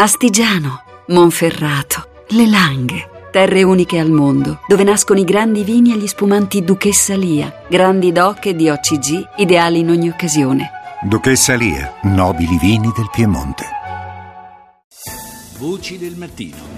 Astigiano, Monferrato, Le Langhe, terre uniche al mondo, dove nascono i grandi vini e gli spumanti Duchessa Lia, grandi DOC e DOCG, ideali in ogni occasione. Duchessa Lia, nobili vini del Piemonte. Voci del mattino.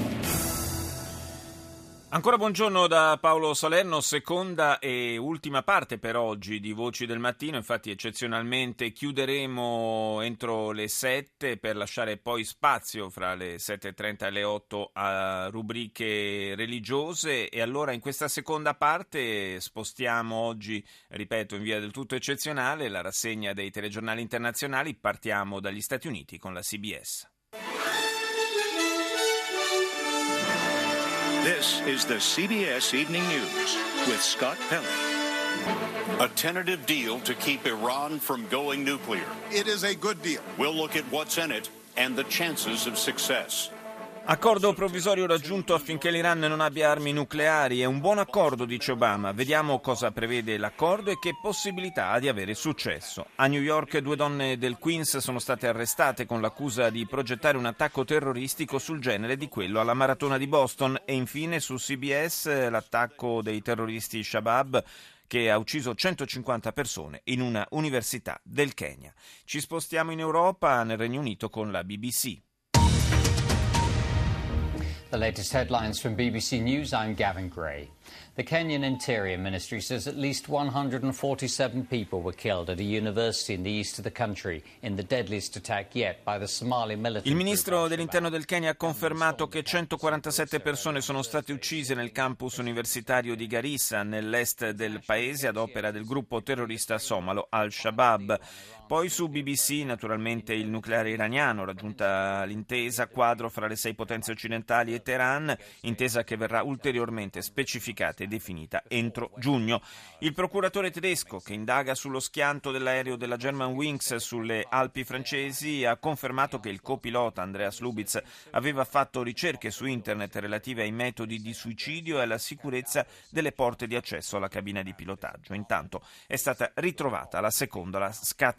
Ancora buongiorno da Paolo Salerno, seconda e ultima parte per oggi di Voci del Mattino. Infatti eccezionalmente chiuderemo entro le 7 per lasciare poi spazio fra le 7.30 e le 8 a rubriche religiose, e allora in questa seconda parte spostiamo oggi, ripeto, in via del tutto eccezionale, la rassegna dei telegiornali internazionali. Partiamo dagli Stati Uniti con la CBS. This is the CBS Evening News with Scott Pelley. A tentative deal to keep Iran from going nuclear. It is a good deal. We'll look at what's in it and the chances of success. Accordo provvisorio raggiunto affinché l'Iran non abbia armi nucleari. È un buon accordo, dice Obama. Vediamo cosa prevede l'accordo e che possibilità ha di avere successo. A New York 2 donne del Queens sono state arrestate con l'accusa di progettare un attacco terroristico sul genere di quello alla maratona di Boston. E infine su CBS l'attacco dei terroristi Shabab, che ha ucciso 150 persone in una università del Kenya. Ci spostiamo in Europa, nel Regno Unito, con la BBC. The latest headlines from BBC News, I'm Gavin Gray. The Kenyan Interior Ministry says at least 147 people were killed at a university in the east of the country in the deadliest attack yet by the Somali militant. Il ministro dell'interno del Kenya ha confermato che 147 persone sono state uccise nel campus universitario di Garissa, nell'est del paese, ad opera del gruppo terrorista somalo Al-Shabaab. Poi su BBC, naturalmente, il nucleare iraniano, raggiunta l'intesa quadro fra le 6 potenze occidentali e Teheran, intesa che verrà ulteriormente specificata e definita entro giugno. Il procuratore tedesco, che indaga sullo schianto dell'aereo della Germanwings sulle Alpi francesi, ha confermato che il copilota Andreas Lubitz aveva fatto ricerche su internet relative ai metodi di suicidio e alla sicurezza delle porte di accesso alla cabina di pilotaggio. Intanto è stata ritrovata la seconda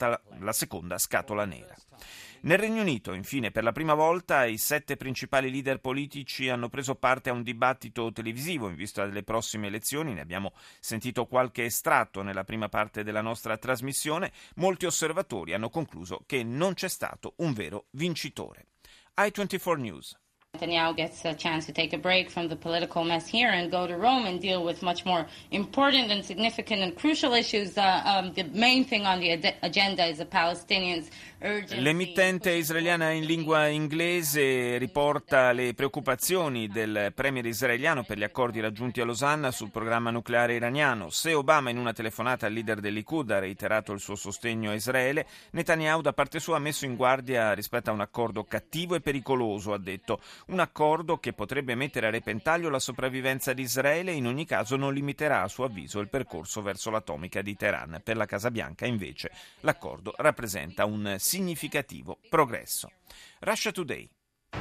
scatola nera. Nel Regno Unito, infine, per la prima volta i 7 principali leader politici hanno preso parte a un dibattito televisivo in vista delle prossime elezioni. Ne abbiamo sentito qualche estratto nella prima parte della nostra trasmissione. Molti osservatori hanno concluso che non c'è stato un vero vincitore. I24 News. Netanyahu gets a chance to take a break from the political mess here and go to Rome and deal with much more important and significant and crucial issues. The main thing on the agenda is the Palestinians' urgency. L'emittente israeliana in lingua inglese riporta le preoccupazioni del premier israeliano per gli accordi raggiunti a Losanna sul programma nucleare iraniano. Se Obama in una telefonata al leader del Likud ha reiterato il suo sostegno a Israele, Netanyahu da parte sua ha messo in guardia rispetto a un accordo cattivo e pericoloso, ha detto. Un accordo che potrebbe mettere a repentaglio la sopravvivenza di Israele e in ogni caso non limiterà, a suo avviso, il percorso verso l'atomica di Teheran. Per la Casa Bianca, invece, l'accordo rappresenta un significativo progresso. Russia Today.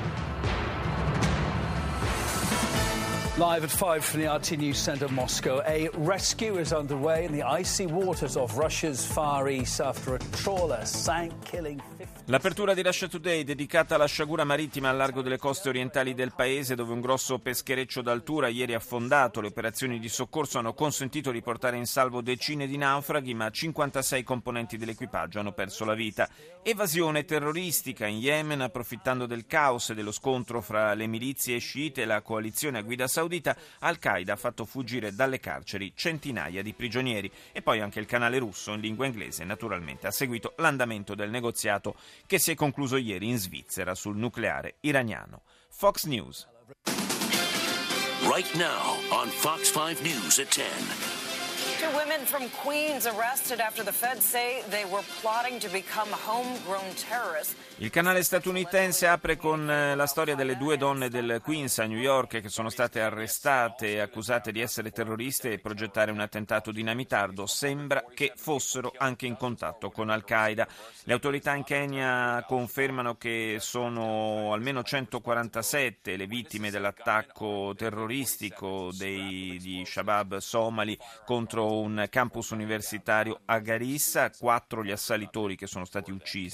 Live at 5 from the RT News Center, Moscow. A rescue is underway in the icy waters of Russia's Far East after a trawler sank, killing 50. L'apertura di Russia Today dedicata alla sciagura marittima al largo delle coste orientali del paese, dove un grosso peschereccio d'altura ieri ha affondato. Le operazioni di soccorso hanno consentito di portare in salvo decine di naufraghi, ma 56 componenti dell'equipaggio hanno perso la vita. Evasione terroristica in Yemen, approfittando del caos e dello scontro fra le milizie sciite e la coalizione a guida saudita, Al-Qaeda ha fatto fuggire dalle carceri centinaia di prigionieri. E poi anche il canale russo in lingua inglese, naturalmente, ha seguito l'andamento del negoziato che si è concluso ieri in Svizzera sul nucleare iraniano. Fox News. Right now on Fox 5 News at 10. 2 women from Queens arrested after the feds say they were plotting to become homegrown terrorists. Il canale statunitense apre con la storia delle 2 donne del Queens a New York che sono state arrestate e accusate di essere terroriste e progettare un attentato dinamitardo. Sembra che fossero anche in contatto con Al-Qaeda. Le autorità in Kenya confermano che sono almeno 147 le vittime dell'attacco terroristico di Shabab somali contro un campus universitario a Garissa, 4 gli assalitori che sono stati uccisi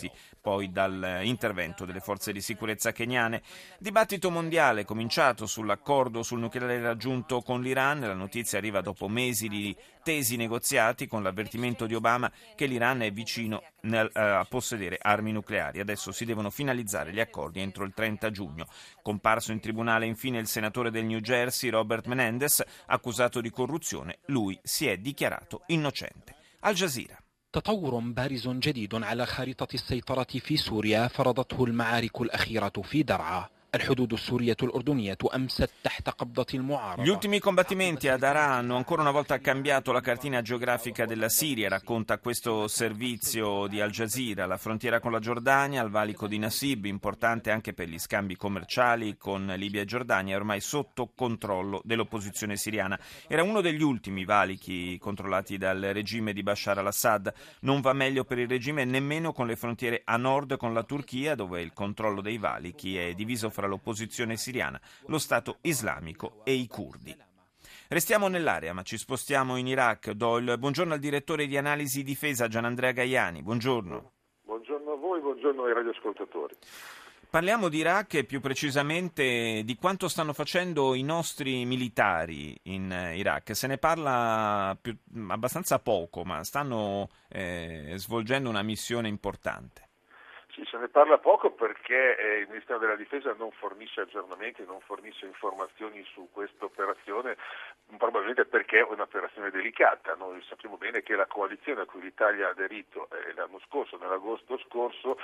poi dall'intervento delle forze di sicurezza keniane. Dibattito mondiale cominciato sull'accordo sul nucleare raggiunto con l'Iran. La notizia arriva dopo mesi di tesi negoziati con l'avvertimento di Obama che l'Iran è vicino a possedere armi nucleari. Adesso si devono finalizzare gli accordi entro il 30 giugno. Comparso in tribunale infine il senatore del New Jersey Robert Menendez, accusato di corruzione. Lui si è dichiarato innocente. Al Jazeera. تطور بارز جديد على خارطة السيطرة في سوريا فرضته المعارك الأخيرة في درعا. الحدود السورية الأردنية أمست تحت قبضة المعارضة. Gli ultimi combattimenti a Daraa hanno ancora una volta cambiato la cartina geografica della Siria, racconta questo servizio di Al Jazeera. La frontiera con la Giordania, al valico di Nasib, importante anche per gli scambi commerciali con Libia e Giordania, è ormai sotto controllo dell'opposizione siriana. Era uno degli ultimi valichi controllati dal regime di Bashar al-Assad. Non va meglio per il regime nemmeno con le frontiere a nord con la Turchia, dove il controllo dei valichi è diviso fra l'opposizione siriana, lo Stato islamico e i curdi. Restiamo nell'area, ma ci spostiamo in Iraq. Do il buongiorno al direttore di analisi difesa Gianandrea Gaiani. Buongiorno. Buongiorno a voi, buongiorno ai radioascoltatori. Parliamo di Iraq e più precisamente di quanto stanno facendo i nostri militari in Iraq. Se ne parla abbastanza poco, ma stanno svolgendo una missione importante. Sì, se ne parla poco perché il Ministero della Difesa non fornisce aggiornamenti, non fornisce informazioni su questa operazione, probabilmente perché è un'operazione delicata. Noi sappiamo bene che la coalizione a cui l'Italia ha aderito l'anno scorso, nell'agosto scorso,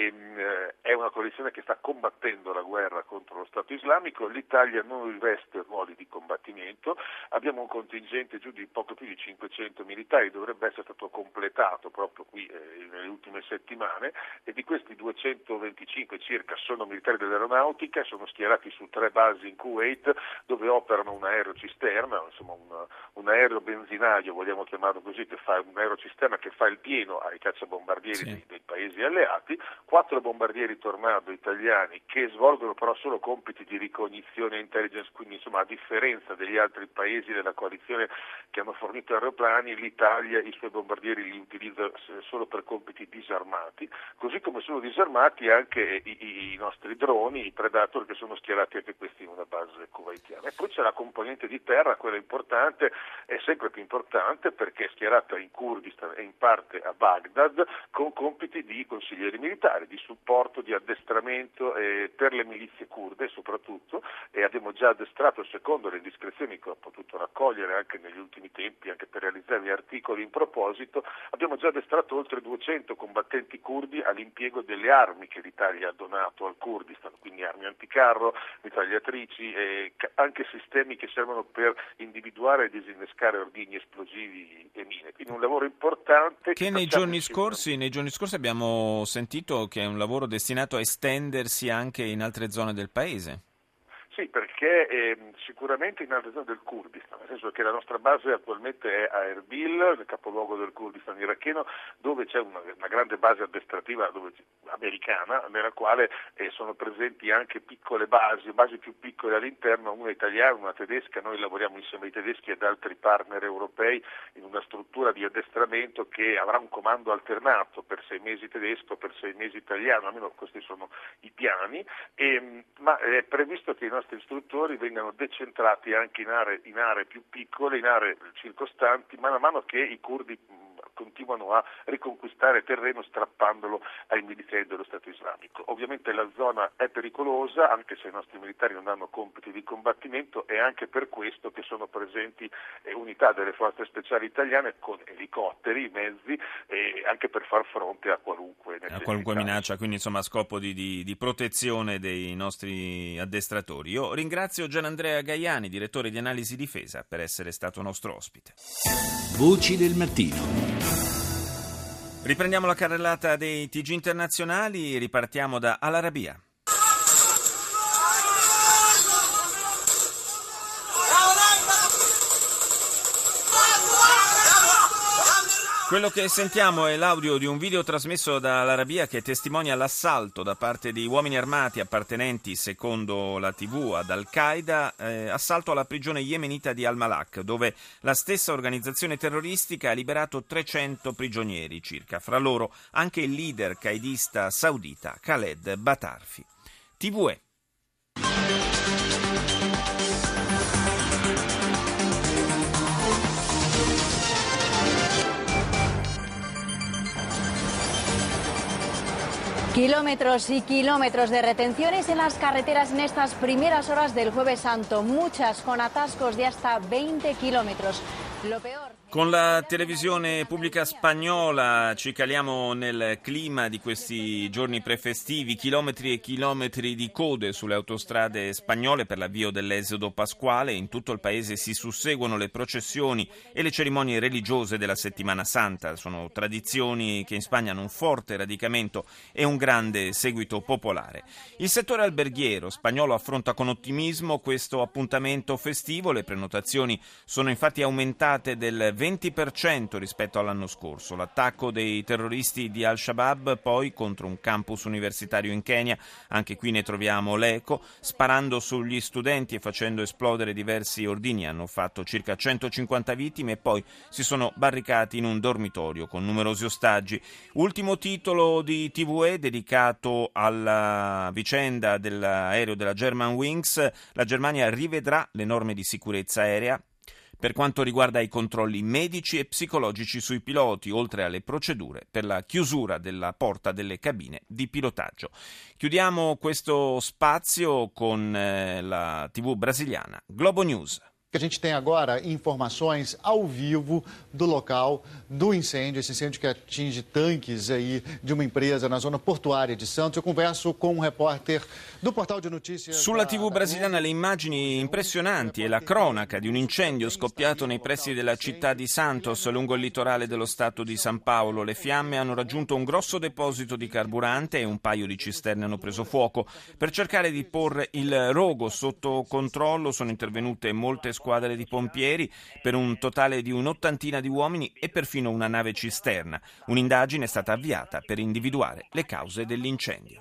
è una coalizione che sta combattendo la guerra contro lo Stato islamico. L'Italia non riveste ruoli di combattimento, abbiamo un contingente giù di poco più di 500 militari, dovrebbe essere stato completato proprio qui nelle ultime settimane, e di questi 225 circa sono militari dell'aeronautica, sono schierati su 3 basi in Kuwait dove operano un aerocisterna, insomma un aereo benzinaio, vogliamo chiamarlo così, che fa un aerocisterna che fa il pieno ai cacciabombardieri dei paesi alleati, 4 bombardieri Tornado italiani che svolgono però solo compiti di ricognizione e intelligence, quindi insomma a differenza degli altri paesi della coalizione che hanno fornito aeroplani, l'Italia i suoi bombardieri li utilizza solo per compiti disarmati, così come sono disarmati anche i nostri droni, i Predator, che sono schierati anche questi in una base kuwaitiana. E poi c'è la componente di terra, quella importante, è sempre più importante perché è schierata in Kurdistan e in parte a Baghdad con compiti di consiglieri militari, di supporto, di addestramento per le milizie kurde soprattutto, e abbiamo già addestrato, secondo le indiscrezioni che ho potuto raccogliere anche negli ultimi tempi, anche per realizzare gli articoli in proposito, abbiamo già addestrato oltre 200 combattenti kurdi all'impiego delle armi che l'Italia ha donato al Kurdistan, quindi armi anticarro, mitragliatrici e anche sistemi che servono per individuare e disinnescare ordigni esplosivi e mine. Quindi un lavoro importante che nei giorni scorsi abbiamo sentito che è un lavoro destinato a estendersi anche in altre zone del paese. Sì, perché sicuramente in altre zone del Kurdistan, nel senso che la nostra base attualmente è a Erbil, nel capoluogo del Kurdistan iracheno, dove c'è una grande base addestrativa americana, nella quale sono presenti anche piccole basi più piccole all'interno, una italiana, una tedesca. Noi lavoriamo insieme ai tedeschi ed altri partner europei in una struttura di addestramento che avrà un comando alternato per 6 mesi tedesco, per 6 mesi italiano, almeno questi sono i piani, ma è previsto che i nostri istruttori vengano decentrati anche in aree più piccole, in aree circostanti, man mano che i curdi continuano a riconquistare terreno strappandolo ai militari dello Stato islamico. Ovviamente la zona è pericolosa, anche se i nostri militari non hanno compiti di combattimento, e anche per questo che sono presenti unità delle forze speciali italiane con elicotteri, mezzi, anche per far fronte a qualunque necessità. A qualunque minaccia, quindi insomma a scopo di protezione dei nostri addestratori. Io ringrazio Gianandrea Gaiani, direttore di analisi difesa, per essere stato nostro ospite. Voci del mattino. Riprendiamo la carrellata dei TG internazionali, ripartiamo da Al Arabiya. Quello che sentiamo è l'audio di un video trasmesso dall'Arabia che testimonia l'assalto da parte di uomini armati appartenenti, secondo la TV, ad Al-Qaeda, assalto alla prigione yemenita di Al-Malak, dove la stessa organizzazione terroristica ha liberato 300 prigionieri circa, fra loro anche il leader qaedista saudita Khaled Batarfi. TVE. Kilómetros y kilómetros de retenciones en las carreteras en estas primeras horas del Jueves Santo, muchas con atascos de hasta 20 kilómetros. Lo peor. Con la televisione pubblica spagnola ci caliamo nel clima di questi giorni prefestivi, chilometri e chilometri di code sulle autostrade spagnole per l'avvio dell'esodo pasquale. In tutto il paese si susseguono le processioni e le cerimonie religiose della Settimana Santa. Sono tradizioni che in Spagna hanno un forte radicamento e un grande seguito popolare. Il settore alberghiero spagnolo affronta con ottimismo questo appuntamento festivo. Le prenotazioni sono infatti aumentate del 20% rispetto all'anno scorso. L'attacco dei terroristi di Al-Shabaab poi contro un campus universitario in Kenya, anche qui ne troviamo l'eco, sparando sugli studenti e facendo esplodere diversi ordini, hanno fatto circa 150 vittime e poi si sono barricati in un dormitorio con numerosi ostaggi. Ultimo titolo di TVE dedicato alla vicenda dell'aereo della Germanwings. La Germania rivedrà le norme di sicurezza aerea per quanto riguarda i controlli medici e psicologici sui piloti, oltre alle procedure per la chiusura della porta delle cabine di pilotaggio. Chiudiamo questo spazio con la TV brasiliana Globo News. Que a gente tem agora informações ao vivo do local do incêndio, esse incêndio que atinge tanques aí de uma empresa na zona portuária de Santos. Eu converso com um repórter do portal de notícias. Sulla TV brasiliana le immagini impressionanti e la cronaca di un incendio scoppiato nei pressi della città di Santos, lungo il litorale dello stato di San Paolo. Le fiamme hanno raggiunto un grosso deposito di carburante e un paio di cisterne hanno preso fuoco. Per cercare di porre il rogo sotto controllo sono intervenute molte squadre di pompieri per un totale di un'ottantina di uomini e perfino una nave cisterna. Un'indagine è stata avviata per individuare le cause dell'incendio.